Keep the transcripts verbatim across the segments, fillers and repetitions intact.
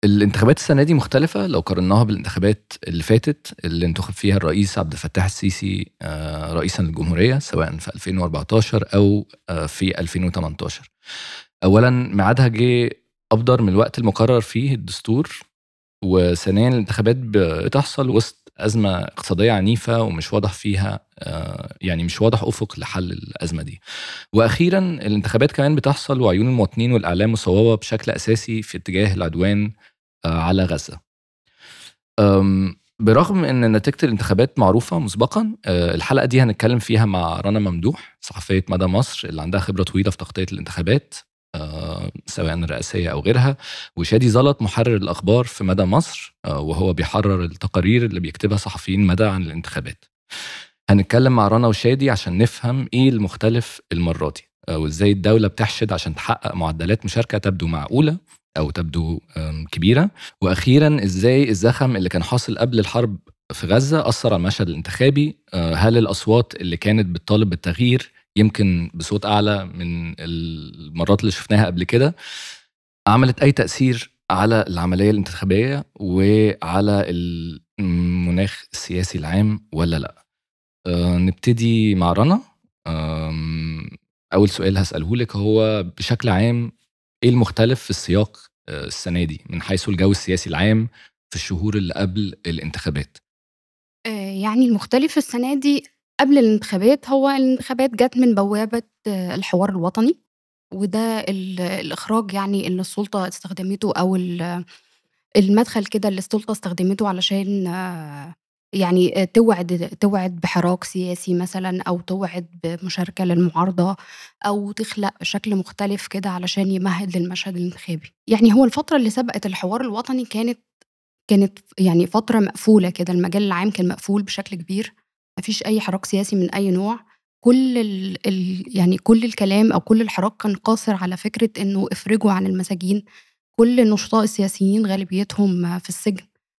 الانتخابات السنة دي مختلفة لو قارناها بالانتخابات اللي فاتت اللي انتخب فيها الرئيس عبد الفتاح السيسي آه، رئيسا للجمهورية، سواء في ألفين وأربعتاشر أو آه، في ألفين وتمنتاشر. أولا ميعادها جه أبدر من الوقت المقرر فيه الدستور، وثانيا الانتخابات بتحصل وسط أزمة اقتصادية عنيفة ومش واضح فيها آه، يعني مش واضح أفق لحل الأزمة دي. وأخيرا الانتخابات كمان بتحصل وعيون المواطنين والإعلام مصوبة بشكل أساسي في اتجاه العدوان آه، على غزة. أم، برغم ان نتيجة الانتخابات معروفة مسبقا، أه، الحلقة دي هنتكلم فيها مع رنا ممدوح، صحفية مدى مصر اللي عندها خبرة طويلة في تغطية الانتخابات أه، سواء الرئاسية أو غيرها، وشادي زلط محرر الأخبار في مدى مصر، أه، وهو بيحرر التقارير اللي بيكتبها صحفيين مدى عن الانتخابات. هنتكلم مع رنا وشادي عشان نفهم ايه المختلف المرة دي، أه، وازاي الدولة بتحشد عشان تحقق معدلات مشاركة تبدو معقولة أو تبدو أم، كبيرة. واخيرا ازاي الزخم اللي كان حاصل قبل الحرب في غزة أثر على المشهد الانتخابي. آه، هل الأصوات اللي كانت بتطالب بالتغيير يمكن بصوت أعلى من المرات اللي شفناها قبل كده عملت أي تأثير على العملية الانتخابية وعلى المناخ السياسي العام ولا لا؟ آه، نبتدي مع رنا. آم، أول سؤال هسأله لك هو بشكل عام إيه المختلف في السياق آه، السنة دي من حيث الجو السياسي العام في الشهور اللي قبل الانتخابات؟ آآ يعني المختلف السنة دي قبل الانتخابات، هو الانتخابات جات من بوابة آه، الحوار الوطني، وده ال الإخراج يعني اللي السُلطة استخدمته أو ال المدخل كده اللي السُلطة استخدمته علشان آه، يعني آآ توعد توعد بحراك سياسي مثلًا، أو توعد بمشاركة للمعارضة، أو تخلق شكل مختلف كده علشان يمهِّد للمشهد الانتخابي. يعني هو الفترة اللي سبقت الحوار الوطني كانت كانت ف يعني فترة مقفولة كده، المجال العام كان مقفول بشكل كبير، ما فيش أي حراك سياسي من أي نوع. كل ال ال يعني كل الكلام أو كل الحراك كان قاصر على فكرة إنه افرجوا عن المساجين. كل النشطاء السياسيين غالبيتهم في السجن.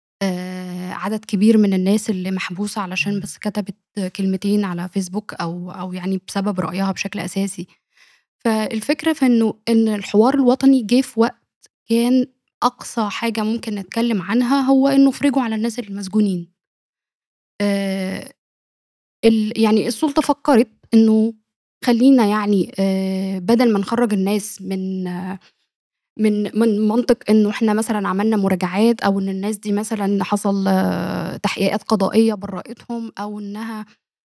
آآ عدد كبير من الناس اللي محبوسة علشان بس كتبت كلمتين على فيسبوك أو أو يعني بسبب رأيها بشكل أساسي. فالفكرة في إنه إن الحوار الوطني جه في وقت كان أقصى حاجة ممكن نتكلم عنها هو إنه فرجوا على الناس المسجونين. آآ ال يعني السُلطة فكّرت إنه خلّينا يعني آآ بدل ما نخرّج الناس من آه، من من منطق إنه إحنا مثلًا عملنا مراجعات، أو إن الناس دي مثلًا حصل آه، تحقيقات قضائية برّأتهم، أو إنها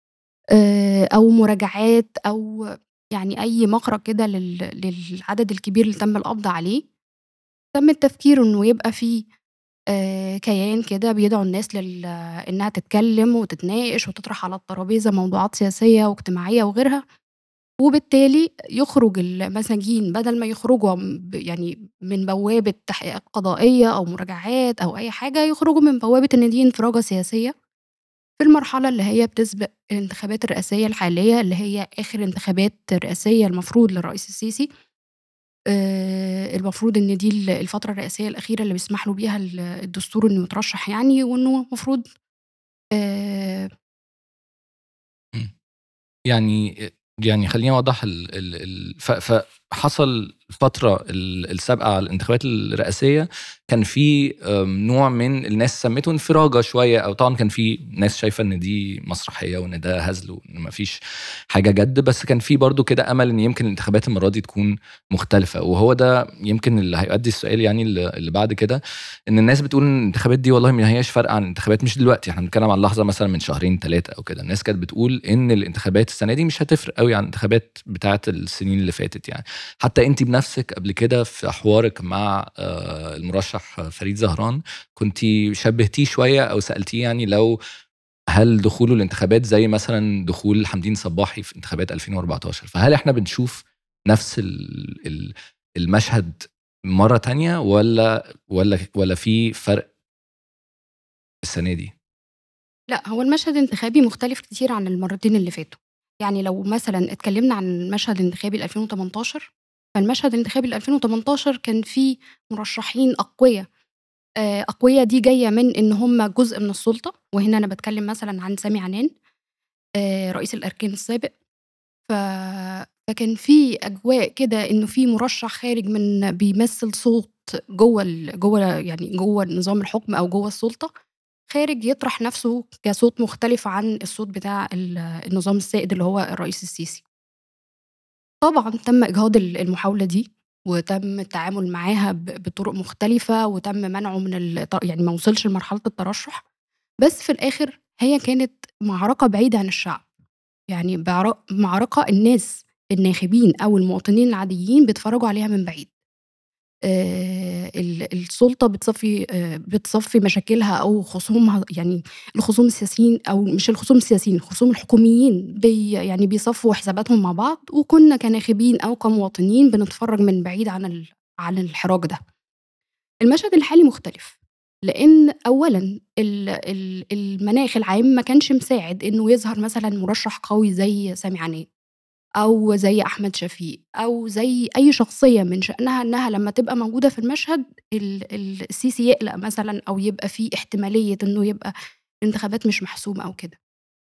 آآ أو مراجعات، أو يعني أي مخرج كده لل للعدد الكبير اللي تم القبض عليه. تم التفكير إنه يبقى في آآ كيان كده بيدعو الناس لل إنها تتكلّم وتتناقش وتطرح على الترابيزة موضوعات سياسية واجتماعية وغيرها، وبالتالي يخرج المساجين بدل ما يخرجوا م ب يعني من بوابة تحقيقات قضائية أو مراجعات أو أي حاجة، يخرجوا من بوابة إن دي انفراجة سياسية في المرحلة اللي هي بتسبق الانتخابات الرئاسية الحالية، اللي هي آخر انتخابات رئاسية المفروض للرئيس السيسي. آآ المفروض إن دي ال الفترة الرئاسية الأخيرة اللي بيسمح له بيها ال الدستور إنه يترشح يعني، وإنه المفروض آآ مم. يعني يعني خليني اوضح ال ال ال ف- فحصل الفتره ال- السابقه على الانتخابات الرئاسيه كان في أم، نوع من الناس سميته انفراجه شويه، او طبعا كان في ناس شايفه ان دي مسرحيه وان ده هزل وان ما فيش حاجه جد، بس كان في برضو كده امل ان يمكن الانتخابات المره دي تكون مختلفه. وهو ده يمكن اللي هيؤدي السؤال يعني اللي اللي بعد كده، ان الناس بتقول ان الانتخابات دي والله ما هياش فارقه عن الانتخابات، مش دلوقتي، احنا بنتكلم عن لحظه مثلا من شهرين ثلاثه او كده. الناس كانت بتقول ان الانتخابات السنه دي مش هتفرق قوي عن الانتخابات بتاعه السنين اللي فاتت يعني. حتى انت بنفسك قبل كده في حوارك مع آه، المرشح فريد زهران كنت شبهتيه شويه او سالتيه يعني لو هل دخوله الانتخابات زي مثلا دخول حمدين صباحي في انتخابات ألفين وأربعتاشر، فهل احنا بنشوف نفس ال- ال- المشهد مرة تانية ولا ولا ولا في فرق السنة دي؟ لأ، هو المشهد الانتخابي مختلف كتير عن المرّتين اللي فاتوا. يعني لو مثلًا اتكلّمنا عن المشهد الانتخابي لألفين وتمنتاشر، فالمشهد الانتخابي لألفين وتمنتاشر كان فيه مرشحين أقويا. آآ أقويا دي جاية من إن هم جزء من السُلطة، وهنا أنا باتكلّم مثلًا عن سامي عنان، آآ رئيس الأركان السابق. ف فكان في أجواء كده إنه في مُرشّح خارج من بيمثّل صوت جوه ال جوه يعني جوه نظام الحكم أو جوه السلطة، خارج يطرح نفسه كصوت مختلف عن الصوت بتاع ال النظام السائد اللي هو الرئيس السيسي. طبعًا تم إجهاض ال المحاولة دي، وتم التعامل معاها ب بطرق مختلفة، وتم منعه من الت يعني ما وصلش لمرحلة الترشح، بس في الآخر هي كانت معركة بعيدة عن الشعب، يعني بعر معركة الناس الناخبين أو المواطنين العاديين بيتفرجوا عليها من بعيد. آآ ال السُلطة بتصفّي آآ بتصفّي مشاكلها أو خصومها، يعني الخصوم السياسيين أو مش الخصوم السياسيين، الخصوم الحكوميين بي يعني بيصفّوا حساباتهم مع بعض، وكُنّا كناخبين أو كمواطنين بنتفرّج من بعيد عن ال عن الحراك ده. المشهد الحالي مختلف، لإن أولًا ال ال المناخ العام ما كانش مساعد إنه يظهر مثلًا مُرشّح قوي زي سامي عنان، أو زي أحمد شفيق، أو زي أي شخصية من شأنها إنها لمّا تبقى موجودة في المشهد ال ال السيسي يقلق مثلًا، أو يبقى في احتمالية إنه يبقى الانتخابات مش محسومة أو كده.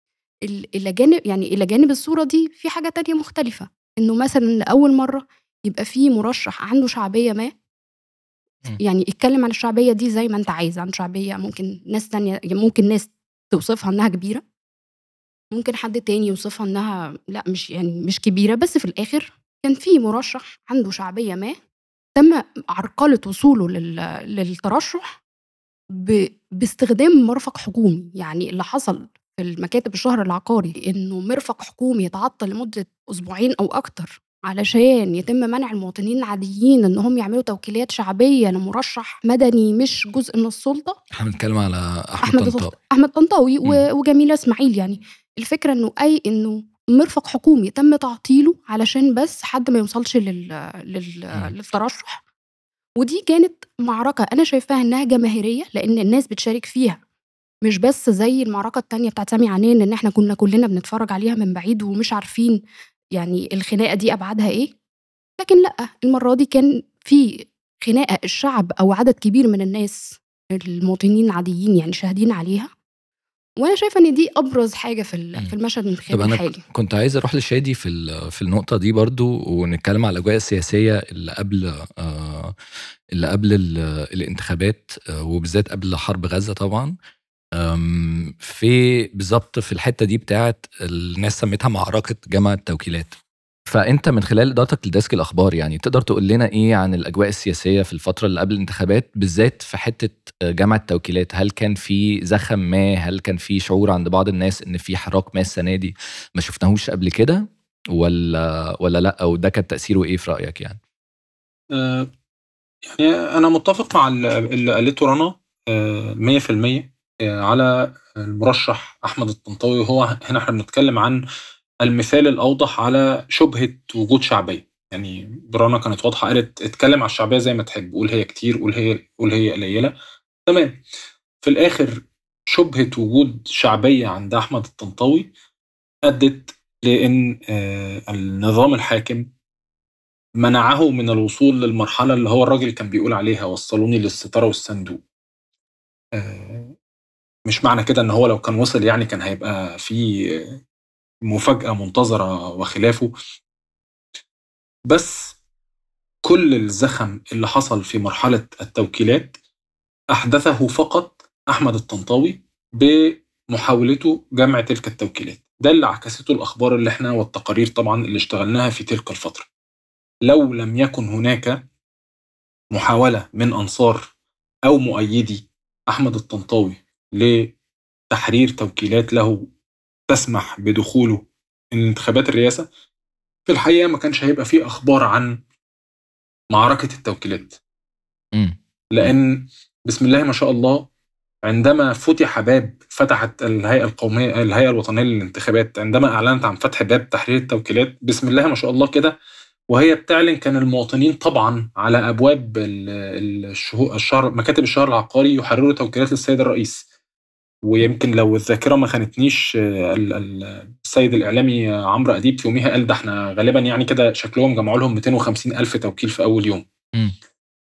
ال إلى جانب يعني إلى جانب الصورة دي في حاجة تانية مختلفة، إنه مثلًا لأول مرّة يبقى في مُرشّح عنده شعبية ما، إمم. يعني اتكلم عن الشعبية دي زي ما أنت عايز، عنده شعبية ممكن ناس تانية ي ممكن ناس توصفها إنها كبيرة، ممكن حد تاني يوصفها إنها لأ مش يعني مش كبيرة، بس في الآخر كان في مُرشّح عنده شعبية ما تم عرقلة وصوله لل للترشُّح ب باستخدام مرفق حكومي. يعني اللي حصل في المكاتب الشهر العقاري إنه مرفق حكومي يتعطّل لمدة أسبوعين أو أكتر علشان يتم منع المواطنين العاديين إنهم يعملوا توكيلات شعبية لمُرشّح مدني مش جزء من السُلطة. إحنا بنتكلم على أحمد أحمد طنط طنطاوي. أحمد طنطاوي و إمم. وجميلة إسماعيل. يعني الفكرة إنه أي إنه مرفق حكومي تم تعطيله علشان بس حد ما يوصلش لل لل إمم. للترشُّح. ودي كانت معركة أنا شايفاها إنها جماهيرية، لإن الناس بتشارك فيها، مش بس زي المعركة التانية بتاعة سامي عنان إن إحنا كنا كلنا بنتفرّج عليها من بعيد ومش عارفين يعني الخناقة دي أبعادها إيه. لكن لأ، المرّة دي كان في خناقة الشعب أو عدد كبير من الناس المواطنين العاديين يعني شاهدين عليها، وأنا شايفة إن دي أبرز حاجة في ال إمم. في المشهد طب الانتخابي أنا ك الحالي. كنت عايز أروح لشادي في ال في النقطة دي برضه، ونتكلم على الأجواء السياسية اللي قبل آآ اللي قبل ال الانتخابات، آآ وبالذات قبل حرب غزة طبعًا. آمم في بالضبط في الحتّة دي بتاعة الناس سمّيتها معركة جمع التوكيلات. فأنت من خلال إدارتك لديسك الأخبار، يعني تقدر تقول لنا إيه عن الأجواء السياسية في الفترة اللي قبل الانتخابات، بالذات في حتّة آآ جمع التوكيلات؟ هل كان في زخم ما؟ هل كان في شعور عند بعض الناس إن في حراك ما السنة دي ما شُفناهوش قبل كده، والّا والّا لأ، وده كان تأثيره إيه في رأيك يعني؟ آآ يعني أنا متّفق مع ال اللي قالته رنا آآ مية في المية آآ على المرشح أحمد الطنطاوي. وهو هنا إحنا بنتكلم عن المثال الأوضح على شُبهة وجود شعبية. يعني رنا كانت واضحة، قالت اتكلم على الشعبية زي ما تحب، قُل هي كتير، قُل هي قُل هي قليلة، تمام. في الآخر شُبهة وجود شعبية عند أحمد الطنطاوي أدِّت لإن آآ النظام الحاكم منعه من الوصول للمرحلة اللي هو الراجل كان بيقول عليها وصّلوني للستارة والصندوق. آآ مش معنى كده إن هو لو كان وصل يعني كان هيبقى في مفاجأة منتظرة وخلافه، بس كل الزخم اللي حصل في مرحلة التوكيلات أحدثه فقط أحمد الطنطاوي بمحاولته جمع تلك التوكيلات. ده اللي عكسته الأخبار اللي إحنا والتقارير طبعًا اللي اشتغلناها في تلك الفترة. لو لم يكن هناك محاولة من أنصار أو مؤيدي أحمد الطنطاوي لتحرير توكيلات له تسمح بدخوله انتخابات الرئاسة، في الحقيقة ما كانش هيبقى فيه أخبار عن معركة التوكيلات. إمم. إمم. لأن بسم الله ما شاء الله، عندما فتح باب فتحت الهيئة القومية الهيئة الوطنية للانتخابات عندما أعلنت عن فتح باب تحرير التوكيلات، بسم الله ما شاء الله كده وهي بتعلن، كان المواطنين طبعًا على أبواب ال الشهو الشهر مكاتب الشهر العقاري يحرروا توكيلات للسيد الرئيس. ويمكن لو الذاكرة ما خانتنيش، ال ال السيد الإعلامي عمرو أديب في يوميها قال ده إحنا غالبًا يعني كده شكلهم جمعوا لهم مئتين وخمسين ألف توكيل في أول يوم. إمم.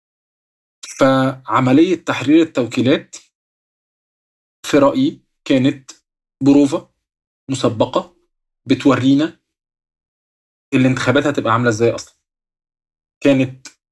فعملية تحرير التوكيلات في رأيي كانت بروفة مسبقة بتورينا الانتخابات هتبقى عاملة إزاي أصلًا. كانت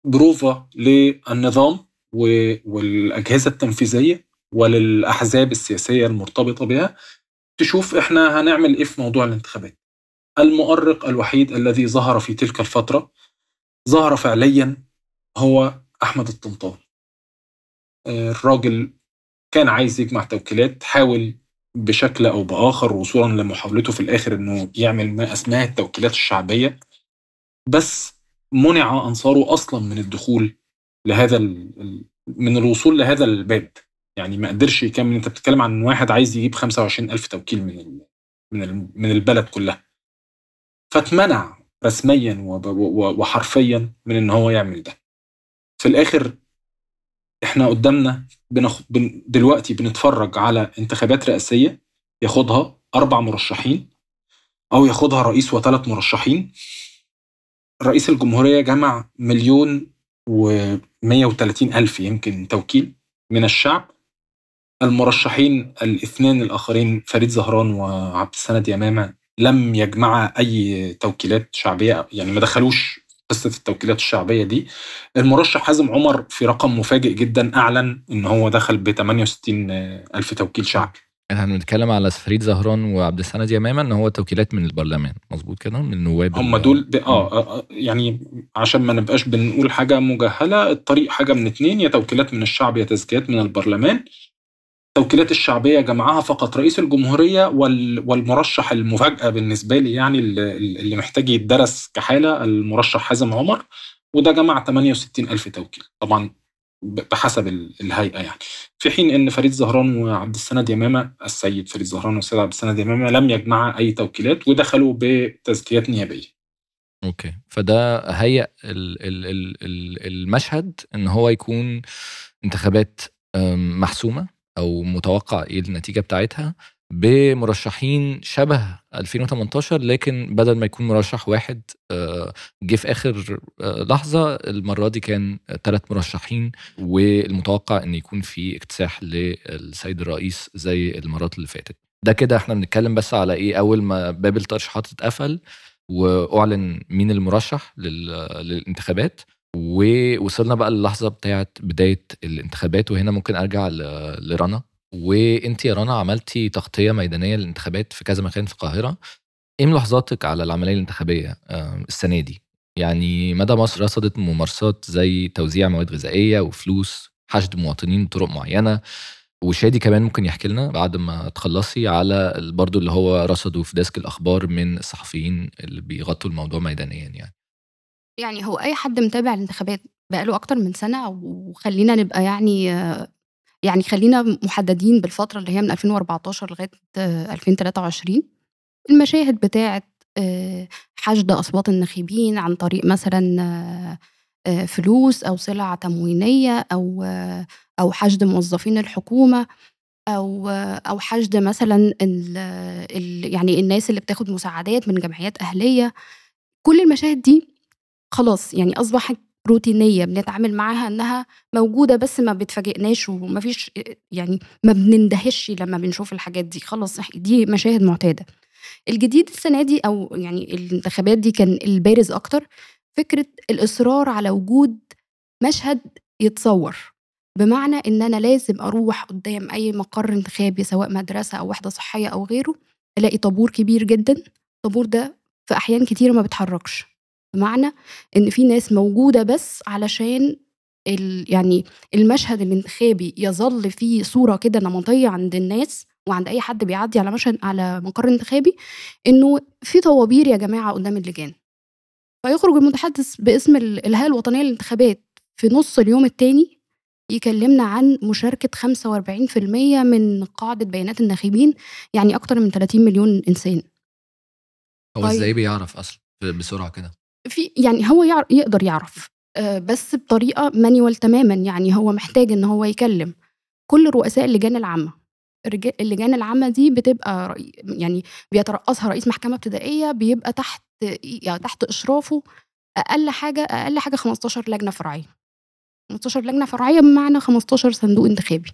بروفا للنظام والأجهزة التنفيذية وللأحزاب السياسية المرتبطة بها، تشوف إحنا هنعمل إيه في موضوع الانتخابات. المؤرق الوحيد الذي ظهر في تلك الفترة ظهر فعليا هو أحمد الطنطاوي. الراجل كان عايز يجمع توكيلات، حاول بشكل أو بآخر وصولا لمحاولته في الآخر أنه يعمل ما اسمها التوكيلات الشعبية، بس منع أنصاره أصلا من الدخول لهذا من الوصول لهذا الباب. يعني ما قدرش يكمل. انت بتتكلم عن واحد عايز يجيب خمسة وعشرين ألف توكيل من من من البلد كلها، فاتمنع رسميا وحرفيا من ان هو يعمل ده. في الاخر احنا قدامنا بنخ... بن... دلوقتي بنتفرج على انتخابات رئاسية ياخدها أربع مرشحين أو ياخدها رئيس وثلاث مرشحين. رئيس الجمهورية جمع مليون ومية وثلاثين ألف يمكن توكيل من الشعب. المرشحين الاثنين الآخرين فريد زهران وعبد السند يمامة لم يجمع أي توكيلات شعبية، يعني ما دخلوش قصة التوكيلات الشعبية دي. المرشح حازم عمر في رقم مفاجئ جدا أعلن إن هو دخل ب ثمانية وستين ألف توكيل شعبي. احنا بنتكلم على فريد زهران وعبد السند يمامة ان هو توكيلات من البرلمان، مظبوط كده، من النواب. هم دول آه, اه يعني عشان ما نبقاش بنقول حاجة مجهلة، الطريق حاجة من اتنين: يا توكيلات من الشعب يا تزكيات من البرلمان. توكيلات الشعبية جمعها فقط رئيس الجمهورية والمرشح المفاجأة بالنسبة لي، يعني اللي محتاج يتدرس كحالة، المرشح حازم عمر، وده جمع ثمانية وستين ألف توكيل طبعا بحسب الهيئة. يعني في حين ان فريد زهران وعبد السند يمامة، السيد فريد زهران والسيد عبد السند يمامة، لم يجمع اي توكيلات ودخلوا بتزكيات نيابية. اوكي، فده هيئ المشهد ان هو يكون انتخابات محسومة او متوقع ايه النتيجة بتاعتها بمرشحين شبه ألفين وتمنتاشر، لكن بدل ما يكون مرشح واحد جه في اخر لحظة، المرة دي كان ثلاث مرشحين، والمتوقع ان يكون في اكتساح للسيد الرئيس زي المرات اللي فاتت. ده كده احنا بنتكلم بس على ايه اول ما باب الترشيحات اتقفل واعلن مين المرشح للانتخابات، ووصلنا بقى للحظة بتاعت بداية الانتخابات. وهنا ممكن ارجع لرنا، وانت يا رنا عملتي تغطية ميدانية للانتخابات في كذا مكان في القاهرة. ايه ملاحظاتك على العملية الانتخابية السنة دي؟ يعني مدى مصر رصدت ممارسات زي توزيع مواد غذائية وفلوس، حشد مواطنين بطرق معينة، وشادي كمان ممكن يحكي لنا بعد ما تخلصي على برضو اللي هو رصدوا في ديسك الأخبار من الصحفيين اللي بيغطوا الموضوع ميدانيا. يعني يعني هو أي حد متابع الانتخابات بقاله أكتر من سنة، وخلينا نبقى يعني يعني خلينا محددين بالفترة اللي هي من ألفين وأربعتاشر لغاية ألفين وتلاتة وعشرين. المشاهد بتاعة حشد أصوات الناخبين عن طريق مثلا فلوس أو سلع تموينية أو أو حشد موظفين الحكومة أو أو حشد مثلا ال ال يعني الناس اللي بتاخد مساعدات من جمعيات أهلية. كل المشاهد دي خلاص يعني أصبحت روتينية بنتعامل معاها إنها موجودة، بس ما بتفاجئناش وما فيش يعني ما بنندهش لما بنشوف الحاجات دي. خلاص دي مشاهد معتادة. الجديد السنة دي أو يعني الانتخابات دي كان البارز أكتر فكرة الإصرار على وجود مشهد يتصور، بمعنى إن أنا لازم أروح قدام أي مقر انتخابي سواء مدرسة أو وحدة صحية أو غيره، ألاقي طابور كبير جدا. الطابور ده في أحيان كتير ما بتحركش، بمعنى إن في ناس موجودة بس علشان يعني المشهد الانتخابي يظل فيه صورة كده نمطية عند الناس وعند أي حد بيعدي على مشهد على مقر انتخابي، إنه في طوابير يا جماعة قدام اللجان. فيخرج المتحدث باسم الهيئة الوطنية للانتخابات في نص اليوم التاني يكلمنا عن مشاركة خمسة وأربعين في المية من قاعدة بيانات الناخبين، يعني أكتر من ثلاثين مليون إنسان. هو إزاي بيعرف أصلا بسرعة كده؟ في يعني هو يعرف يقدر يعرف بس بطريقة مانيوال تماما. يعني هو محتاج إن هو يكلم كل رؤساء اللجان العامة. اللجان العامة دي بتبقى يعني بيترأسها رئيس محكمة ابتدائية، بيبقى تحت يعني تحت إشرافه أقل حاجة أقل حاجة خمستاشر لجنة فرعية. خمستاشر لجنة فرعية بمعنى خمستاشر صندوق انتخابي.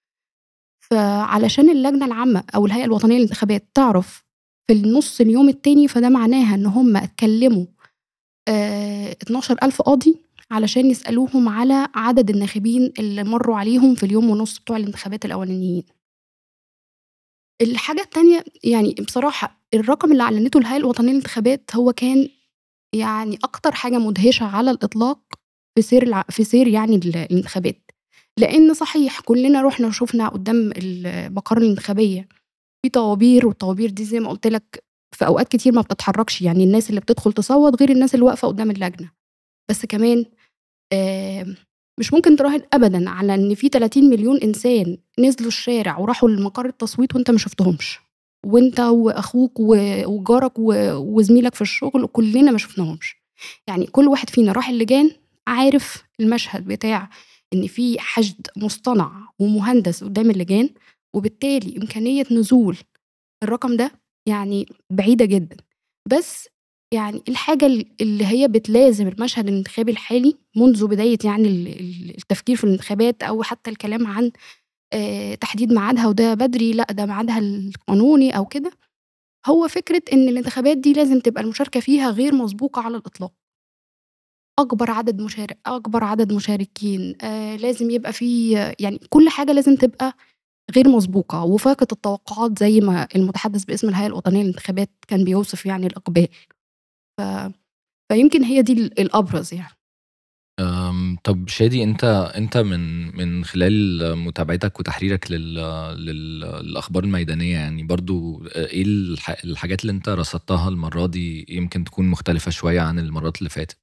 فعلشان اللجنة العامة أو الهيئة الوطنية للانتخابات تعرف في النص اليوم التاني، فده معناها إن هم اتكلموا اه اتناشر ألف قاضي علشان يسألوهم على عدد الناخبين اللي مرّوا عليهم في اليوم ونُص بتوع الانتخابات الأولانيين. الحاجة التانية يعني بصراحة الرقم اللي أعلنته الهيئة الوطنية للانتخابات هو كان يعني أكتر حاجة مدهشة على الإطلاق في سير الع في سير يعني ال الانتخابات، لإن صحيح كلنا رُحنا وشُفنا قدّام المقر الانتخابية في طوابير، والطوابير دي زي ما قُلت لك في أوقات كتير ما بتتحركش، يعني الناس اللي بتدخل تصوّت غير الناس اللي واقفة قدّام اللجنة، بس كمان آمم مش ممكن تراهن أبدًا على إن في تلاتين مليون إنسان نزلوا الشارع وراحوا لمقر التصويت وأنت ما شُفتهمش، وأنت وأخوك و وجارك و وزميلك في الشغل كلنا ما شُفناهمش، يعني كل واحد فينا راح اللجان عارف المشهد بتاع إن في حشد مصطنع ومُهندس قدّام اللجان، وبالتالي إمكانية نزول الرقم ده يعني بعيدة جدًا، بس يعني الحاجة ال اللي هي بتلازم المشهد الانتخابي الحالي منذ بداية يعني ال ال التفكير في الانتخابات أو حتى الكلام عن آآ تحديد ميعادها وده بدري، لأ ده ميعادها القانوني أو كده، هو فكرة إن الانتخابات دي لازم تبقى المشاركة فيها غير مسبوقة على الإطلاق. أكبر عدد مشارك أكبر عدد مشاركين، آآ لازم يبقى في يعني كل حاجة لازم تبقى غير مسبوقة وفاقت التوقعات زي ما المتحدث باسم الهيئة الوطنية للانتخابات كان بيوصف يعني الإقبال. ف فيمكن هي دي ال الأبرز يعني. آمم، طب شادي أنت أنت من من خلال متابعتك وتحريرك لل لل للأخبار الميدانية يعني برضه آآ، إيه الح الحاجات اللي أنت رصدتها المرّة دي يمكن تكون مختلفة شوية عن المرّات اللي فاتت؟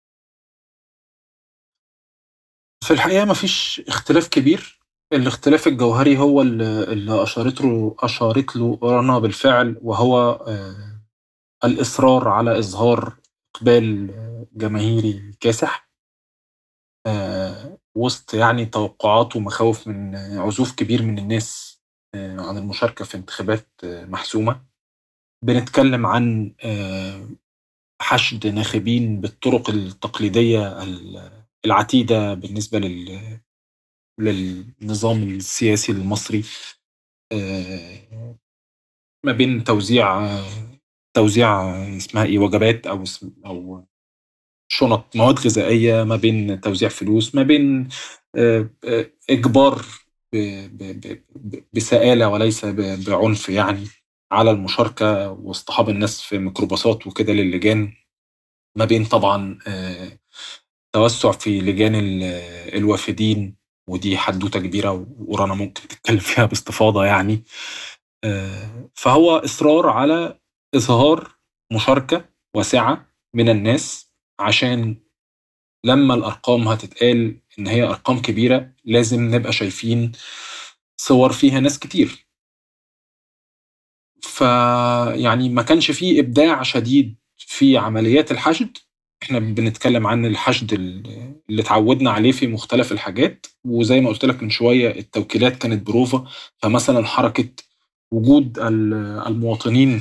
في الحقيقة ما فيش اختلاف كبير، الاختلاف الجوهري هو ال اللي أشارت له أشارت له رنا بالفعل، وهو آآ الإصرار على إظهار إقبال جماهيري كاسح آآ وسط يعني توقعات ومخاوف من عزوف كبير من الناس آآ عن المشاركة في انتخابات محسومة. بنتكلم عن آآ حشد ناخبين بالطرق التقليدية ال العتيدة بالنسبة لل للنظام السياسي المصري، آآ ما بين توزيع توزيع اسمها إيه، وجبات أو اسم أو شُنط مواد غذائية، ما بين توزيع فلوس، ما بين آآ آآ إجبار ب ب ب ب بسآلة وليس ب بعنف يعني على المشاركة واصطحاب الناس في ميكروباصات وكده للجان، ما بين طبعًا آآ توسُّع في لجان ال الوافدين، ودي حدوتة كبيرة ورنا ممكن تتكلم فيها باستفاضة يعني. آآ فهو إصرار على إظهار مشاركة واسعة من الناس، عشان لمّا الأرقام هتتقال إن هي أرقام كبيرة، لازم نبقى شايفين صور فيها ناس كتير. فيعني ما كانش في إبداع شديد في عمليات الحشد، إحنا بنتكلم عن الحشد ال اللي اتعودنا عليه في مختلف الحاجات، وزي ما قُلت لك من شوية التوكيلات كانت بروفة، فمثلًا حركة وجود ال المواطنين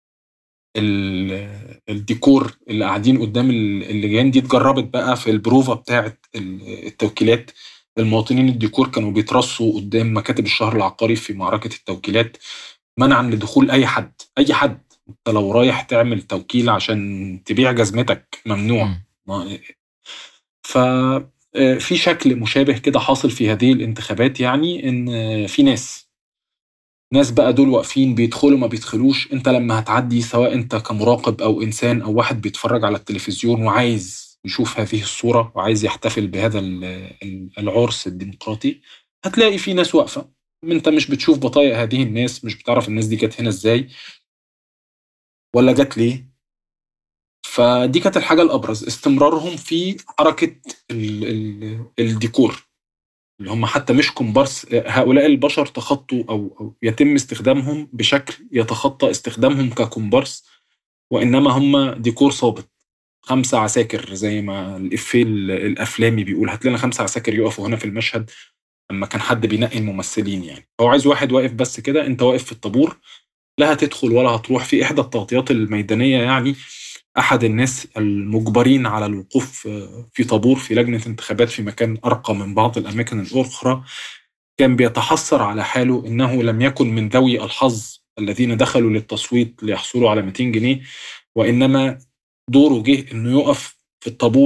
ال الديكور اللي قاعدين قدّام ال اللجان دي اتجربت بقى في البروفة بتاعة ال التوكيلات، المواطنين الديكور كانوا بيترصوا قدّام مكاتب الشهر العقاري في معركة التوكيلات، منعًا لدخول أي حد، أي حد، أنت لو رايح تعمل توكيل عشان تبيع جزمتك ممنوع. إمم. ما ف آآ في شكل مشابه كده حاصل في هذه الانتخابات يعني، إن في ناس ناس بقى دول واقفين بيدخلوا ما بيدخلوش، أنت لمّا هتعدّي سواء أنت كمراقب أو إنسان أو واحد بيتفرّج على التلفزيون وعايز يشوف هذه الصورة وعايز يحتفل بهذا ال ال العُرس الديمقراطي، هتلاقي في ناس واقفة، أنت مش بتشوف بطايق هذه الناس، مش بتعرف الناس دي جات هنا إزاي والّا جات ليه. فدي كانت الحاجة الأبرز، استمرارهم في حركة ال ال الديكور. اللي هم حتى مش كومبارس، هؤلاء البشر تخطوا أو أو يتم استخدامهم بشكل يتخطى استخدامهم ككومبارس، وإنما هم ديكور صامت، خمسة عساكر زي ما الإفيه ال الأفلامي بيقول، هات لنا خمسة عساكر يقفوا هنا في المشهد لمّا كان حد بينقي الممثلين يعني، هو عايز واحد واقف بس كده، أنت واقف في الطابور لا هتدخل ولا هتروح. في إحدى التغطيات الميدانية يعني أحد الناس المُجبرين على الوقوف في طابور في لجنة انتخابات في مكان أرقى من بعض الأماكن الأخرى، كان بيتحسّر على حاله إنه لم يكن من ذوي الحظ الذين دخلوا للتصويت ليحصلوا على مئتين جنيه، وإنما دوره جه إنه يُقف في الطابور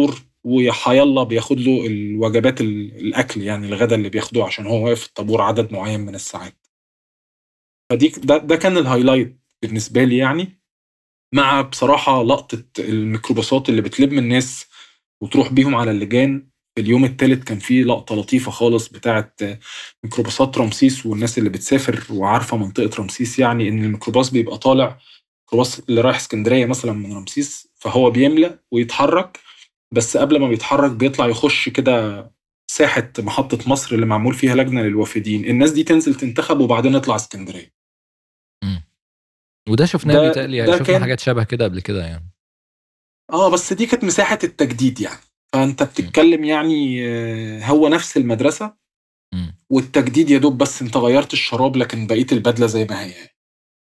وحيالله بياخد له الوجبات ال- الاكل، يعني الغداء اللي بياخده عشان هو واقف في الطابور عدد معين من الساعات. فدي ده, ده كان الهايلايت بالنسبه لي يعني، مع بصراحه لقطه الميكروباصات اللي بتلم الناس وتروح بيهم على اللجان. في اليوم الثالث كان في لقطه لطيفه خالص بتاعه ميكروباصات رمسيس والناس اللي بتسافر وعارفه منطقه رمسيس، يعني ان الميكروباص بيبقى طالع، الميكروباص اللي رايح اسكندريه مثلا من رمسيس، فهو بيملى ويتحرك، بس قبل ما بيتحرك بيطلع يخش كده ساحة محطة مصر اللي معمول فيها لجنة للوافدين، الناس دي تنزل تنتخب وبعدين نطلع اسكندرية. مم. وده شفناه ده بيتهيألي، ده شفنا كان حاجات شبه كده قبل كده يعني. اه بس دي كانت مساحة التجديد يعني، فانت مم. بتتكلم يعني آه، هو نفس المدرسة مم. والتجديد يا دوب، بس انت غيرت الشراب لكن بقية البدلة زي ما هي يعني.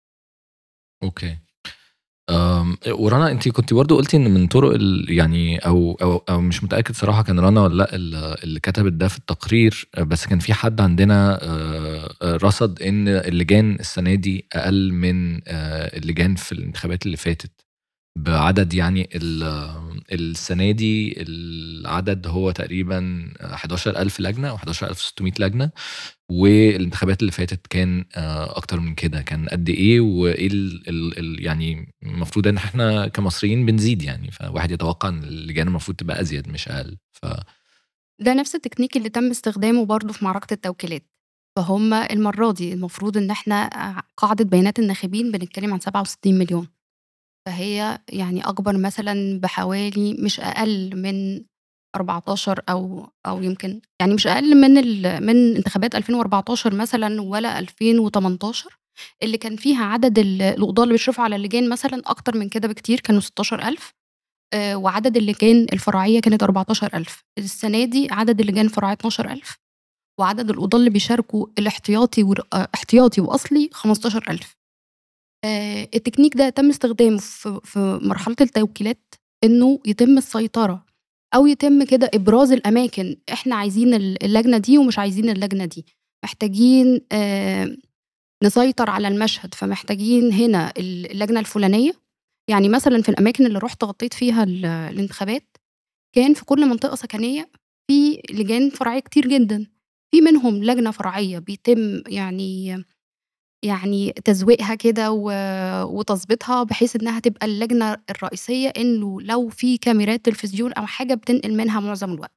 اوكي. أم، ورنا انت كنت برضو قلتي ان من طرق ال يعني او او او مش متاكد صراحه كان رنا ولا لا اللي اللي كتبت ده في التقرير، بس كان في حد عندنا آه، آه، رصد ان اللجان السنه دي اقل من آه، اللجان في الانتخابات اللي فاتت بعدد. يعني ال- السنه دي العدد هو تقريبا حداشر ألف لجنه و11600 لجنه، والانتخابات اللي فاتت كان آه، اكتر من كده. كان قد ايه وايه ال ال ال يعني المفروض ان احنا كمصريين بنزيد يعني، فواحد يتوقع ان اللجان المفروض تبقى ازيد مش اقل. ف ده نفس التكنيك اللي تم استخدامه برضه في معركة التوكيلات. فهم المرة دي المفروض إن إحنا آآ قاعدة بيانات الناخبين بنتكلم عن سبعة وستين مليون، فهي يعني أكبر مثلًا بحوالي مش أقل من أربعتاشر أو أو يمكن يعني مش أقل من ال من انتخابات ألفين وأربعتاشر مثلًا ولا ألفين وتمنتاشر اللي كان فيها عدد ال القضاة اللي بيشرفوا على اللجان مثلًا أكتر من كده بكتير، كانوا ستاشر ألف. آآ وعدد اللجان الفرعية كانت أربعتاشر ألف. السنة دي عدد اللجان الفرعية اتناشر ألف، وعدد القضاة اللي بيشاركوا الاحتياطي ور آآ احتياطي وأصلي خمستاشر ألف. آآ التكنيك ده تم استخدامه في في مرحلة التوكيلات، إنه يتم السيطرة أو يتم كده إبراز الأماكن، إحنا عايزين ال اللجنة دي ومش عايزين اللجنة دي، محتاجين آآ نسيطر على المشهد، فمحتاجين هنا ال اللجنة الفلانية. يعني مثلًا في الأماكن اللي رُحت غطيت فيها ال الانتخابات، كان في كل منطقة سكنية في لجان فرعية كتير جدًا، في منهم لجنة فرعية بيتم يعني يعني تزويقها كده و وتضبيطها بحيث إنها تبقى اللجنة الرئيسية، إنه لو في كاميرات تلفزيون أو حاجة بتنقل منها معظم الوقت.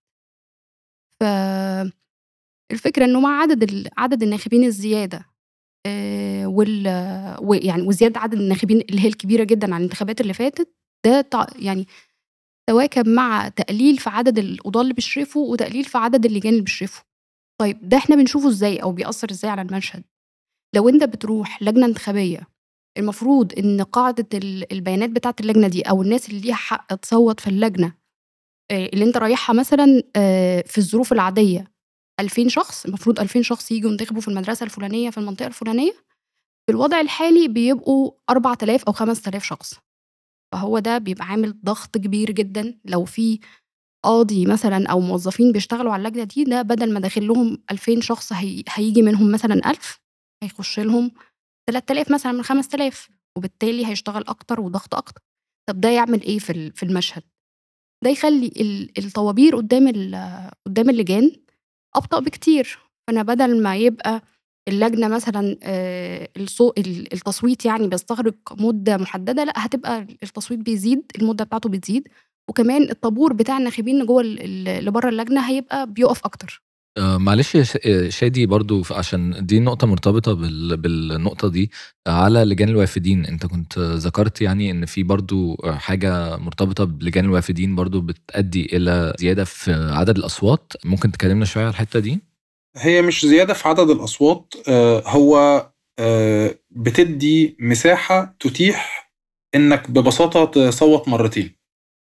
فالفكرة إنه مع عدد ال عدد الناخبين الزيادة آآ وال ويعني وزيادة عدد الناخبين اللي هي الكبيرة جدًا عن الانتخابات اللي فاتت، ده ت يعني تواكب مع تقليل في عدد القضاة اللي بيشرفوا وتقليل في عدد اللجان اللي بيشرفوا. طيب ده إحنا بنشوفه إزاي أو بيأثّر إزاي على المشهد؟ لو أنت بتروح لجنة انتخابية، المفروض إن قاعدة ال البيانات بتاعة اللجنة دي أو الناس اللي ليها حق تصوّت في اللجنة آآ اللي أنت رايحها مثلًا آآ في الظروف العادية ألفين شخص، المفروض ألفين شخص ييجوا ينتخبوا في المدرسة الفلانية في المنطقة الفلانية، في الوضع الحالي بيبقوا أربعة آلاف أو خمسة آلاف شخص. فهو ده بيبقى عامل ضغط كبير جدًا لو في قاضي مثلًا أو موظفين بيشتغلوا على اللجنة دي، ده بدل ما داخل لهم ألفين شخص هي هييجي منهم مثلًا ألف، هيخش لهم تلات آلاف مثلًا من خمس آلاف، وبالتالي هيشتغل أكتر وضغط أكتر. طب ده يعمل إيه في ال في المشهد؟ ده يخلّي ال الطوابير قدّام ال قدّام اللجان أبطأ بكتير. فأنا بدل ما يبقى اللجنة مثلًا آآ الصو ال التصويت يعني بيستغرق مدة محددة، لأ هتبقى التصويت بيزيد، المدة بتاعته بتزيد، وكمان الطابور بتاع الناخبين اللي جوّه ال ال اللي برّه اللجنة هيبقى بيُقف أكتر. آه، معلش يا ش- آه، شادي برضو ف- عشان دي نقطة مرتبطة بال... بالنقطة دي على لجان الوافدين. انت كنت ذكرت يعني ان في برضو حاجة مرتبطة بلجان الوافدين برضو بتؤدي الى زيادة في عدد الأصوات. ممكن تكلمنا شوية على الحتة دي؟ هي مش زيادة في عدد الأصوات، آه، هو آه، بتدي مساحة تتيح إنك ببساطة تصوت مرتين.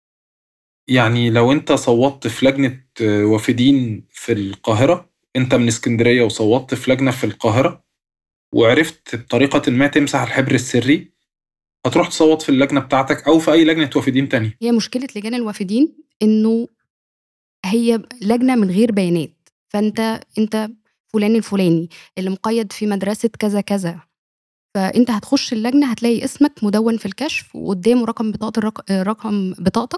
يعني لو أنت صوتت في لجنة آه، وافدين في القاهرة، أنت من اسكندرية وصوتت في لجنة في القاهرة وعرفت بطريقة ما تمسح الحبر السري، هتروح تصوت في اللجنة بتاعتك أو في أي لجنة وافدين تانية. هي مشكلة لجان الوافدين إنه هي لجنة من غير بيانات، فأنت أنت فلان الفلاني اللي مقيد في مدرسة كذا كذا، فأنت هتخش اللجنة هتلاقي اسمك مدوّن في الكشف وقدّامه رقم بطاقة الرق رقم بطاقتك،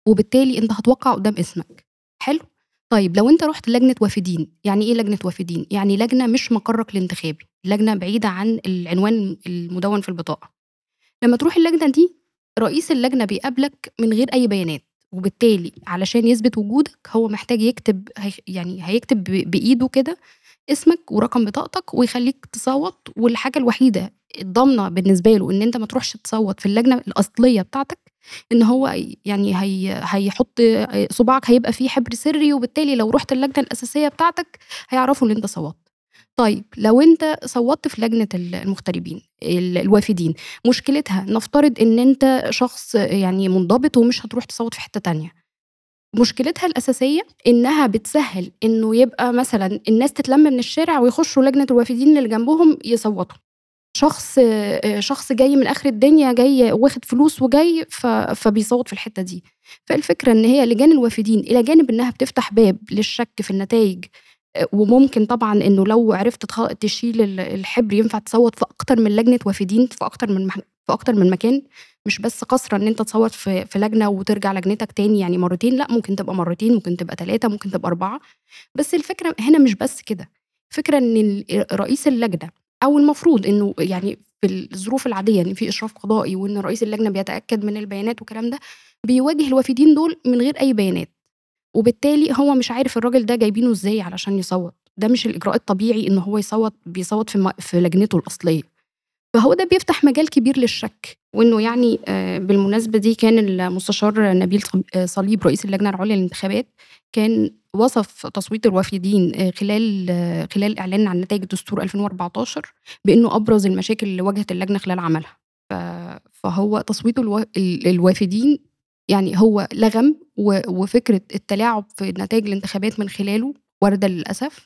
وبالتالي أنت هتوقّع قدّام اسمك. حلو؟ طيب لو أنت رُحت لجنة وافدين، يعني إيه لجنة وافدين؟ يعني لجنة مش مقرّك الانتخابي، لجنة بعيدة عن العنوان المدوّن في البطاقة. لمّا تروح اللجنة دي، رئيس اللجنة بيقابلك من غير أي بيانات، وبالتالي علشان يثبت وجودك هو محتاج يكتب هيخ يعني هيكتب ب بإيده كده اسمك ورقم بطاقتك ويخلّيك تصوّت، والحاجة الوحيدة الضامنة بالنسبة له إن أنت ما تروحش تصوّت في اللجنة الأصلية بتاعتك، إن هو ي يعني هي هيحط آآ صباعك هيبقى فيه حبر سري، وبالتالي لو رُحت اللجنة الأساسية بتاعتك هيعرفوا إن أنت صوّتّ. طيب لو أنت صوّتّ في لجنة ال المغتربين ال الوافدين، مشكلتها نفترض إن أنت شخص يعني منضبط ومش هتروح تصوّت في حتّة تانية. مشكلتها الأساسية إنها بتسهّل إنه يبقى مثلًا الناس تتلم من الشارع ويخشوا لجنة الوافدين اللي جنبهم يصوّتوا. شخص آآ شخص جاي من آخر الدنيا، جاي واخد فلوس وجاي ف فبيصوّت في الحتّة دي. فالفكرة إن هي لجان الوافدين إلى جانب إنها بتفتح باب للشك في النتايج، آآ وممكن طبعًا إنه لو عرفت تخ تشيل ال الحبر ينفع تصوّت في أكتر من لجنة وافدين، في أكتر من مح في أكتر من مكان، مش بس قاصرة إن أنت تصوّت في في لجنة وترجع لجنتك تاني يعني مرّتين، لأ ممكن تبقى مرّتين، ممكن تبقى تلاتة، ممكن تبقى أربعة. بس الفكرة هنا مش بس كده، الفكرة إن ال رئيس اللجنة أو المفروض إنه يعني في الظروف العادية إن في إشراف قضائي وإن رئيس اللجنة بيتأكد من البيانات والكلام ده، بيواجه الوافدين دول من غير أي بيانات، وبالتالي هو مش عارف الراجل ده جايبينه إزاي علشان يصوّت. ده مش الإجراء الطبيعي إن هو يصوّت بيصوّت في م في لجنته الأصلية. فهو ده بيفتح مجال كبير للشك، وإنه يعني آآ بالمناسبة دي كان المستشار نبيل ص آآ صليب رئيس اللجنة العُليا للانتخابات، كان وصف تصويت الوافدين آآ خلال آه، خلال إعلان عن نتايج دستور ألفين وأربعتاشر بإنه أبرز المشاكل اللي واجهت اللجنة خلال عملها. ف فهو تصويت الوا ال الوافدين يعني هو لغم و وفكرة التلاعب في نتايج الانتخابات من خلاله واردة للأسف.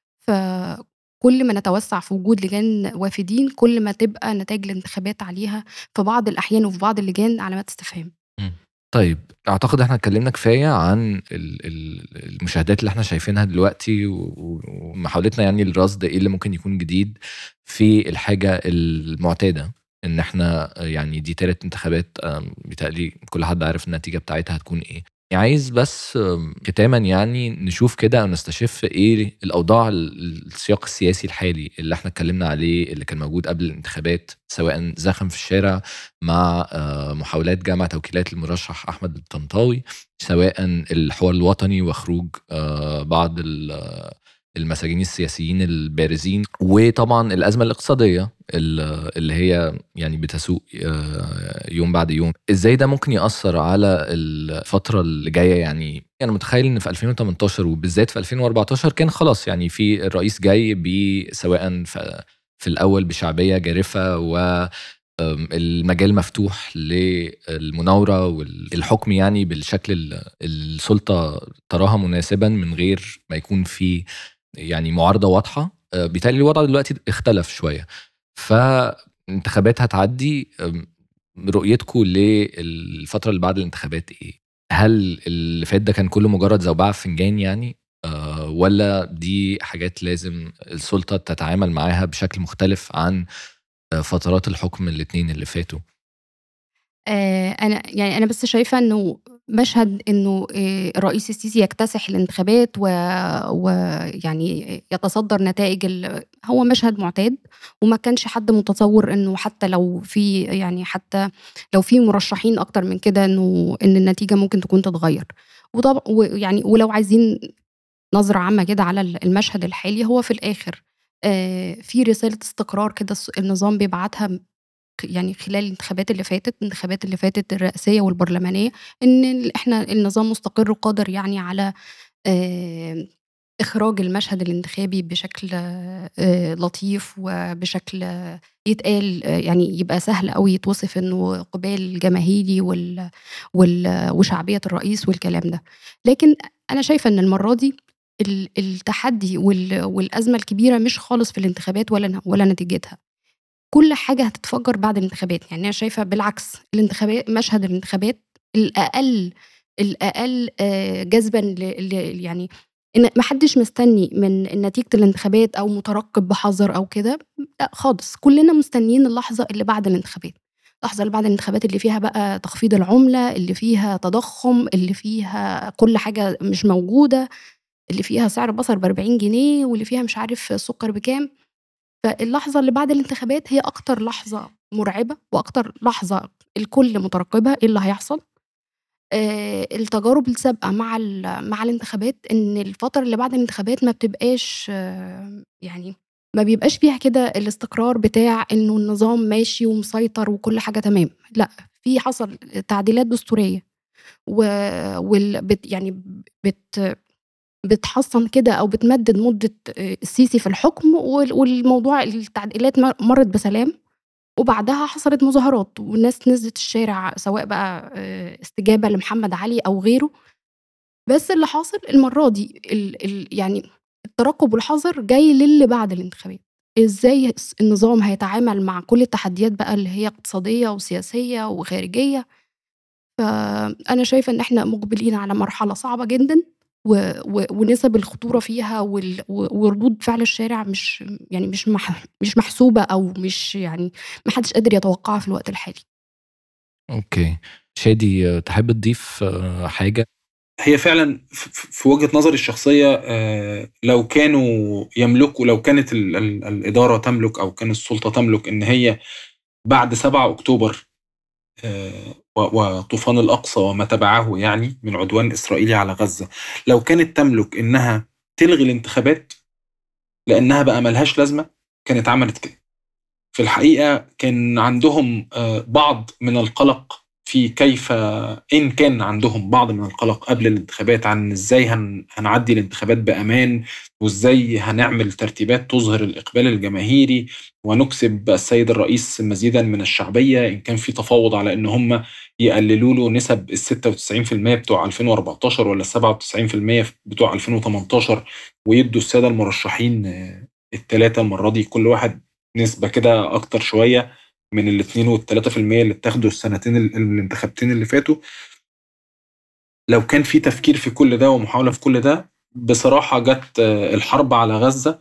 فكل ما نتوسّع في وجود لجان وافدين، كل ما تبقى نتايج الانتخابات عليها في بعض الأحيان وفي بعض اللجان علامات استفهام. إمم. طيب أعتقد إحنا اتكلّمنا كفاية عن ال ال المشاهدات اللي إحنا شايفينها دلوقتي و و ومحاولتنا يعني لرصد إيه اللي ممكن يكون جديد في الحاجة المعتادة، إن إحنا يعني دي تالت انتخابات آمم بيتهيأ لي كل حد عارف النتيجة بتاعتها هتكون إيه. عايز بس آمم ختامًا يعني نشوف كده أو نستشف إيه الأوضاع ال السياق السياسي الحالي اللي إحنا اتكلّمنا عليه، اللي كان موجود قبل الانتخابات، سواء زخم في الشارع مع آآ محاولات جمع توكيلات للمرشح أحمد الطنطاوي، سواء الحوار الوطني وخروج آآ بعض ال المساجين السياسيين البارزين، وطبعًا الأزمة الاقتصادية ال اللي هي يعني بتسوء آآ يوم بعد يوم. إزاي ده ممكن يأثّر على الفترة اللي جاية؟ يعني أنا متخيّل إن في ألفين وتمنتاشر وبالذات في ألفين وأربعتاشر كان خلاص يعني في الرئيس جاي ب سواء ف في الأول بشعبية جارفة و آمم المجال مفتوح للمناورة والحكم يعني بالشكل ال السُلطة تراها مناسبًا من غير ما يكون في يعني معارضة واضحة. آآ بيتهيأ لي الوضع دلوقتي اختلف شوية، فانتخابات هتعدّي. آمم رؤيتكم للفترة اللي بعد الانتخابات إيه؟ هل اللي فات ده كان كُلّه مجرد زوبعة في فنجان يعني، آآ والّا دي حاجات لازم السُلطة تتعامل معاها بشكل مختلف عن آآ فترات الحكم الاتنين اللي فاتوا؟ آآ أنا يعني أنا بس شايفة إنه مشهد إنه آآ الرئيس السيسي يكتسح الانتخابات و ويعني يتصدّر نتائج ال هو مشهد مُعتاد، وما كانش حد متصوّر إنه حتى لو في يعني حتى لو في مرشحين أكتر من كده إنه إن النتيجة ممكن تكون تتغيّر. وطب ويعني ولو عايزين نظرة عامة كده على ال المشهد الحالي، هو في الآخر آآ في رسالة استقرار كده الس النظام بيبعتها ك يعني خلال الانتخابات اللي فاتت، الانتخابات اللي فاتت الرئاسية والبرلمانية، إن ال إحنا النظام مستقر وقادر يعني على آآ إخراج المشهد الانتخابي بشكل آآ لطيف وبشكل آه، يتقال آه، يعني يبقى سهل أوي يتوصف إنه قبال جماهيري وال وال وشعبية الرئيس والكلام ده. لكن أنا شايفة إن المرّة دي ال التحدي وال والأزمة الكبيرة مش خالص في الانتخابات ولا ن ولا نتيجتها. كل حاجة هتتفجّر بعد الانتخابات. يعني أنا شايفة بالعكس الانتخابات مشهد الانتخابات الأقل الأقل آآ جذبًا ل ل يعني إن ما حدّش مستنّي من نتيجة الانتخابات أو مترقّب بحذر أو كده، لأ خالص، كُلّنا مستنيين اللحظة اللي بعد الانتخابات. اللحظة اللي بعد الانتخابات اللي فيها بقى تخفيض العملة، اللي فيها تضخُّم، اللي فيها كل حاجة مش موجودة، اللي فيها سعر بصل بأربعين جنيه واللي فيها مش عارف السُكّر بكام. فاللحظة اللي بعد الانتخابات هي أكتر لحظة مرعبة وأكتر لحظة الكل مترقبها إيه اللي هيحصل. آآ التجارب السابقة مع ال مع الانتخابات إن الفترة اللي بعد الانتخابات ما بتبقاش آه، يعني ما بيبقاش فيها كده الاستقرار بتاع إنه النظام ماشي ومسيطر وكل حاجة تمام. لأ، في حصل تعديلات دستورية و وال بت يعني بت بتحصّن كده أو بتمدّد مدة آآ السيسي في الحكم وال والموضوع التعديلات م مرّت بسلام. وبعدها حصلت مظاهرات والناس نزلت الشارع سواء بقى آآ استجابة لمحمد علي أو غيره. بس اللي حاصل المرّة دي ال ال يعني الترقب والحذر جاي للي بعد الانتخابات. إزاي الس النظام هيتعامل مع كل التحديات بقى اللي هي اقتصادية وسياسية وخارجية. فأنا شايفة إن إحنا مُقبلين على مرحلة صعبة جدًا و و ونسب الخطورة فيها وال و وردود فعل الشارع مش يعني مش مح مش محسوبة أو مش يعني ما حدش قادر يتوقعها في الوقت الحالي. أوكي. شادي، آه، تحب تضيف آه، حاجة؟ هي فعلا ف- ف- في وجهة نظري الشخصية، آه، لو كانوا يملكوا، لو كانت ال- ال- الإدارة تملك أو كانت السلطة تملك إن هي بعد سبعة أكتوبر آه، و- وطوفان الأقصى وما تبعه يعني من عدوان إسرائيلي على غزة، لو كانت تملك إنها تلغي الانتخابات لأنها بقى ملهاش لازمة، كانت عملت كده. في الحقيقة كان عندهم آه، بعض من القلق في كيف، إن كان عندهم بعض من القلق قبل الانتخابات عن إزاي هن هنعدي الانتخابات بأمان، وإزاي هنعمل ترتيبات تظهر الإقبال الجماهيري ونكسب السيد الرئيس مزيدا من الشعبية، إن كان في تفاوض على إن هم يقللوا له نسب ال ستة وتسعين في المية بتوع ألفين وأربعتاشر ولا ال سبعة وتسعين في المية بتوع ألفين وتمنتاشر، ويدوا السادة المرشحين الثلاثة المرة دي كل واحد نسبة كده أكتر شوية من الاتنين والتلاتة في المية اللي اتاخدوا السنتين ال- الانتخابتين اللي فاتوا. لو كان في تفكير في كل ده ومحاولة في كل ده، بصراحة جت آه، الحرب على غزة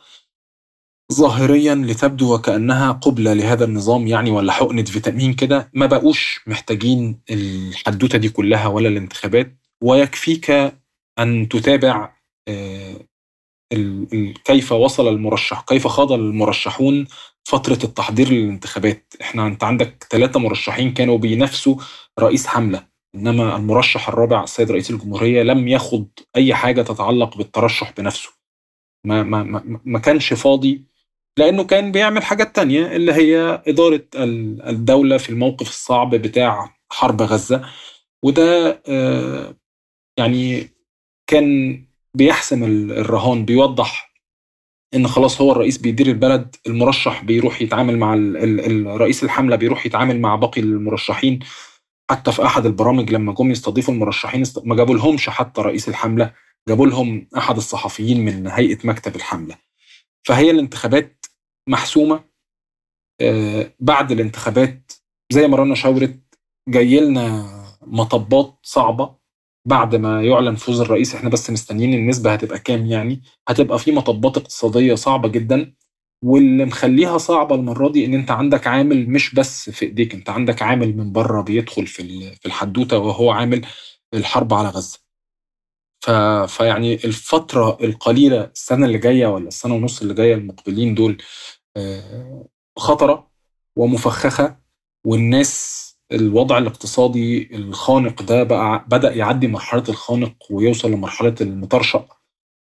ظاهريا لتبدو وكأنها قبلة لهذا النظام يعني، ولا حقنة فيتامين كده. ما بقوش محتاجين الحدوتة دي كلها ولا الانتخابات، ويكفيك أن تتابع آه، ال- ال- كيف وصل المرشح، كيف خاض المرشحون فترة التحضير للانتخابات. احنا انت عندك ثلاثة مرشحين كانوا بينافسوا رئيس حملة، انما المرشح الرابع السيد رئيس الجمهورية لم يخض اي حاجة تتعلق بالترشح بنفسه. ما, ما, ما, ما كانش فاضي، لانه كان بيعمل حاجات تانية اللي هي ادارة ال- الدولة في الموقف الصعب بتاع حرب غزة. وده آه، يعني كان بيحسم ال- الرهان، بيوضح ان خلاص هو الرئيس بيدير البلد، المرشح بيروح يتعامل مع ال- ال- الرئيس الحملة بيروح يتعامل مع باقي المرشحين. حتى في احد البرامج لما جم يستضيفوا المرشحين است- ما جابوا لهمش حتى رئيس الحملة، جابوا لهم احد الصحفيين من هيئة مكتب الحملة. فهي الانتخابات محسومة. آه، بعد الانتخابات زي ما رنا شاورت جاي لنا مطبات صعبة. بعد ما يعلن فوز الرئيس احنا بس مستنيين النسبة هتبقى كام يعني، هتبقى في مطبات اقتصادية صعبة جدا. واللي مخليها صعبة المرة دي ان انت عندك عامل مش بس في ايديك، انت عندك عامل من بره بيدخل في ال- في الحدوتة، وهو عامل الحرب على غزة. ف... فيعني الفترة القليلة، السنة اللي جاية ولا السنة ونص اللي جاية المقبلين دول آه، خطرة ومفخخة. والناس الوضع الاقتصادي الخانق ده بقى بدأ يعدي مرحلة الخانق ويوصل لمرحلة المطرشق.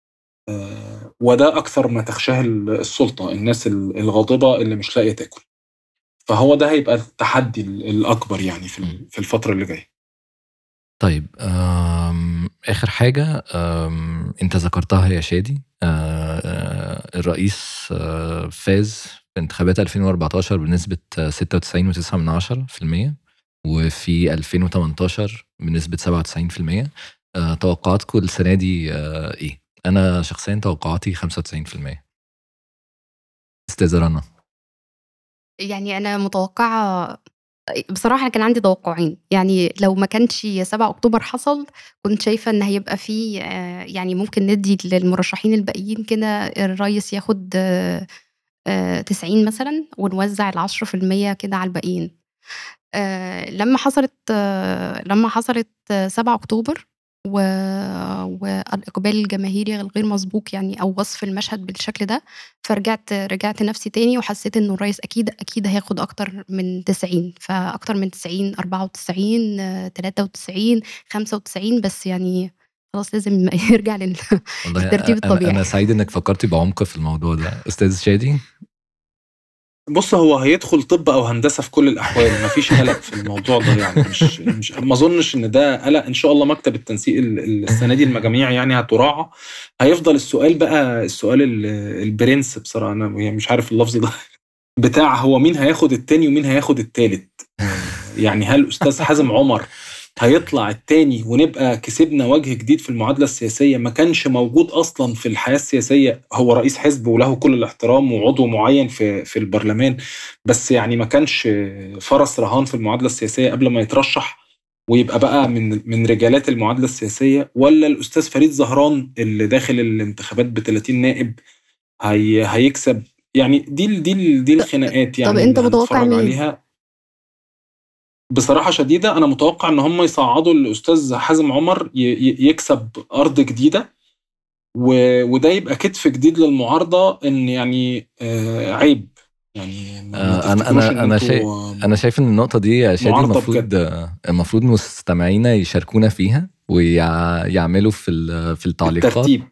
آه، وده أكثر ما تخشاه السلطة، الناس الغاضبة اللي مش لاقية تاكل. فهو ده هيبقى التحدي الأكبر يعني في مم. في الفترة اللي جاية. طيب، آم، آخر حاجة آم، أنت ذكرتها يا شادي. آه، آه، الرئيس آه، فاز في انتخابات ألفين وأربعتاشر بنسبة ستة وتسعين فاصلة تسعة من عشرة في المية، وفي ألفين وتمنتاشر بنسبة سبعة وتسعين في المية. آه، توقعاتكم السنة دي آه، إيه؟ أنا شخصيا توقعاتي خمسة وتسعين في المية. أستاذة رنا. يعني أنا متوقعة بصراحة أنا كان عندي توقعين. يعني لو ما كانش سبعة أكتوبر حصل كنت شايفة إن هيبقى في آآ يعني ممكن ندّي للمرشحين الباقيين كده الريس ياخد آآ تسعين مثلًا ونوزّع العشرة في المية كده على الباقيين. آآ لمّا حصلت آه، لمّا حصلت سبعة أكتوبر و والإقبال الجماهيري الغير مسبوق يعني أو وصف المشهد بالشكل ده، فرجعت رجعت نفسي تاني وحسيت إنه الرئيس أكيد، أكيد هياخد أكتر من تسعين، فأكتر من تسعين، أربعة وتسعين، تلاتة وتسعين، خمسة وتسعين، بس يعني خلاص لازم يرجع لل والله للترتيب أنا الطبيعي. أنا سعيد إنك فكرتي بعمق في الموضوع ده. أستاذ شادي. بُص، هو هيدخل طِب أو هندسة في كل الأحوال، ما فيش قلق في الموضوع ده يعني مش مش ما أظنش إن ده قلق، إن شاء الله مكتب التنسيق ال ال السنة دي المجاميع يعني هتُراعى. هيفضل السؤال بقى السؤال ال البرنس بصراحة، أنا يعني مش عارف اللفظ ده بتاع هو مين هياخد التاني ومين هياخد التالت. يعني هل أستاذ حازم عمر هيطلع التاني ونبقى كسبنا وجه جديد في المعادلة السياسية ما كانش موجود أصلا في الحياة السياسية؟ هو رئيس حزب وله كل الاحترام وعضو معين في في البرلمان، بس يعني ما كانش فرس رهان في المعادلة السياسية قبل ما يترشح ويبقى بقى من من رجالات المعادلة السياسية، ولا الأستاذ فريد زهران اللي داخل الانتخابات ب ثلاثين نائب هي هيكسب؟ يعني دي ال دي ال دي ط الخناقات طب يعني أنت اللي متوقع هنتفرج مين؟ عليها. بصراحة شديدة أنا متوقع إن هم يصعدوا الأستاذ حازم عمر ي ي يكسب أرض جديدة، و وده يبقى كتف جديد للمعارضة، إن يعني آآ عيب، يعني ما ما آه، أنا تفتكروش إن أنا أنا شايف أنتم أنا شايف إن النقطة دي يا شادي معارضة المفروض بجد. آه، المفروض مستمعينا يشاركونا فيها ويعملوا في ال- في التعليقات. الترتيب.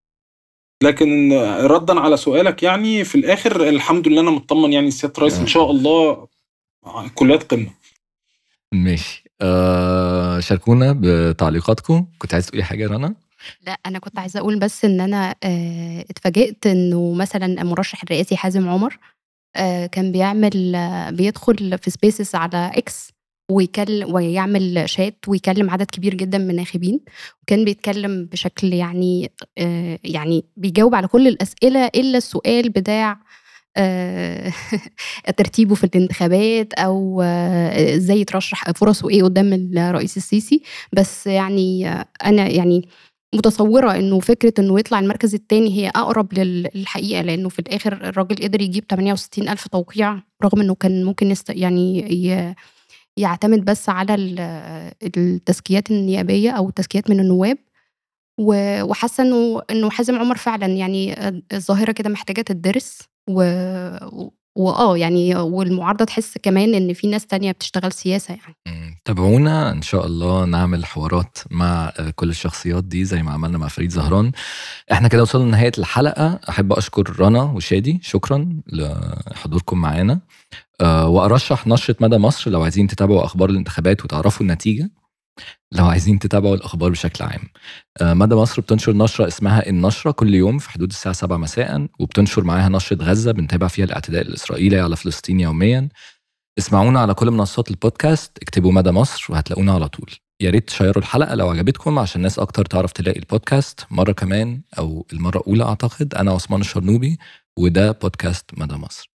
لكن ردًا على سؤالك يعني في الآخر الحمد لله أنا متطمن يعني سيادة الرئيس إن آه، شاء الله كليات قمة. ماشي. آه، شاركونا بتعليقاتكم. كنت عايز تقولي حاجة يا رنا؟ لأ، أنا كنت عايزة أقول بس إن أنا آآ اتفاجئت إنه مثلًا المرشح الرئاسي حازم عمر آآ كان بيعمل آه، بيدخل في spaces على X ويكل ويعمل chat ويكلم عدد كبير جدًا من الناخبين، وكان بيتكلم بشكل يعني آآ يعني بيجاوب على كل الأسئلة إلا السؤال بتاع آآ ترتيبه في الانتخابات أو آه، إزاي يترشح، فرصه إيه قدّام الرئيس السيسي. بس يعني آه، أنا يعني متصوّرة إنه فكرة إنه يطلع المركز التاني هي أقرب لل للحقيقة، لإنه في الآخر الراجل قدر يجيب ثمانية وستين ألف توقيع، رغم إنه كان ممكن يست يعني ي يعتمد بس على ال التزكيات النيابية أو التزكيات من النواب. و وحاسة إنه إنه حازم عمر فعلًا يعني آآ الظاهرة كده محتاجة تدرس و وآه يعني والمعارضة تحس كمان إن في ناس تانية بتشتغل سياسة يعني. مم، تابعونا إن شاء الله نعمل حوارات مع آه، كل الشخصيات دي زي ما عملنا مع فريد زهران. احنا كده وصلنا لنهاية الحلقة. أحب أشكر رنا وشادي، شكرا لحضوركم معانا. أه وأرشح نشرة مدى مصر لو عايزين تتابعوا أخبار الانتخابات وتعرفوا النتيجة، لو عايزين تتابعوا الأخبار بشكل عام. أه مدى مصر بتنشر نشرة اسمها النشرة كل يوم في حدود الساعة سبعة مساء، وبتنشر معاها نشرة غزة بنتابع فيها الاعتداء الإسرائيلي على فلسطين يوميا. اسمعونا على كل منصات البودكاست، اكتبوا مدى مصر وهتلاقونا على طول. يا ريت تشيروا الحلقة لو عجبتكم عشان ناس أكتر تعرف تلاقي البودكاست مرة كمان، أو المرة الأولى أعتقد. أنا عثمان الشرنوبي وده بودكاست مدى مصر.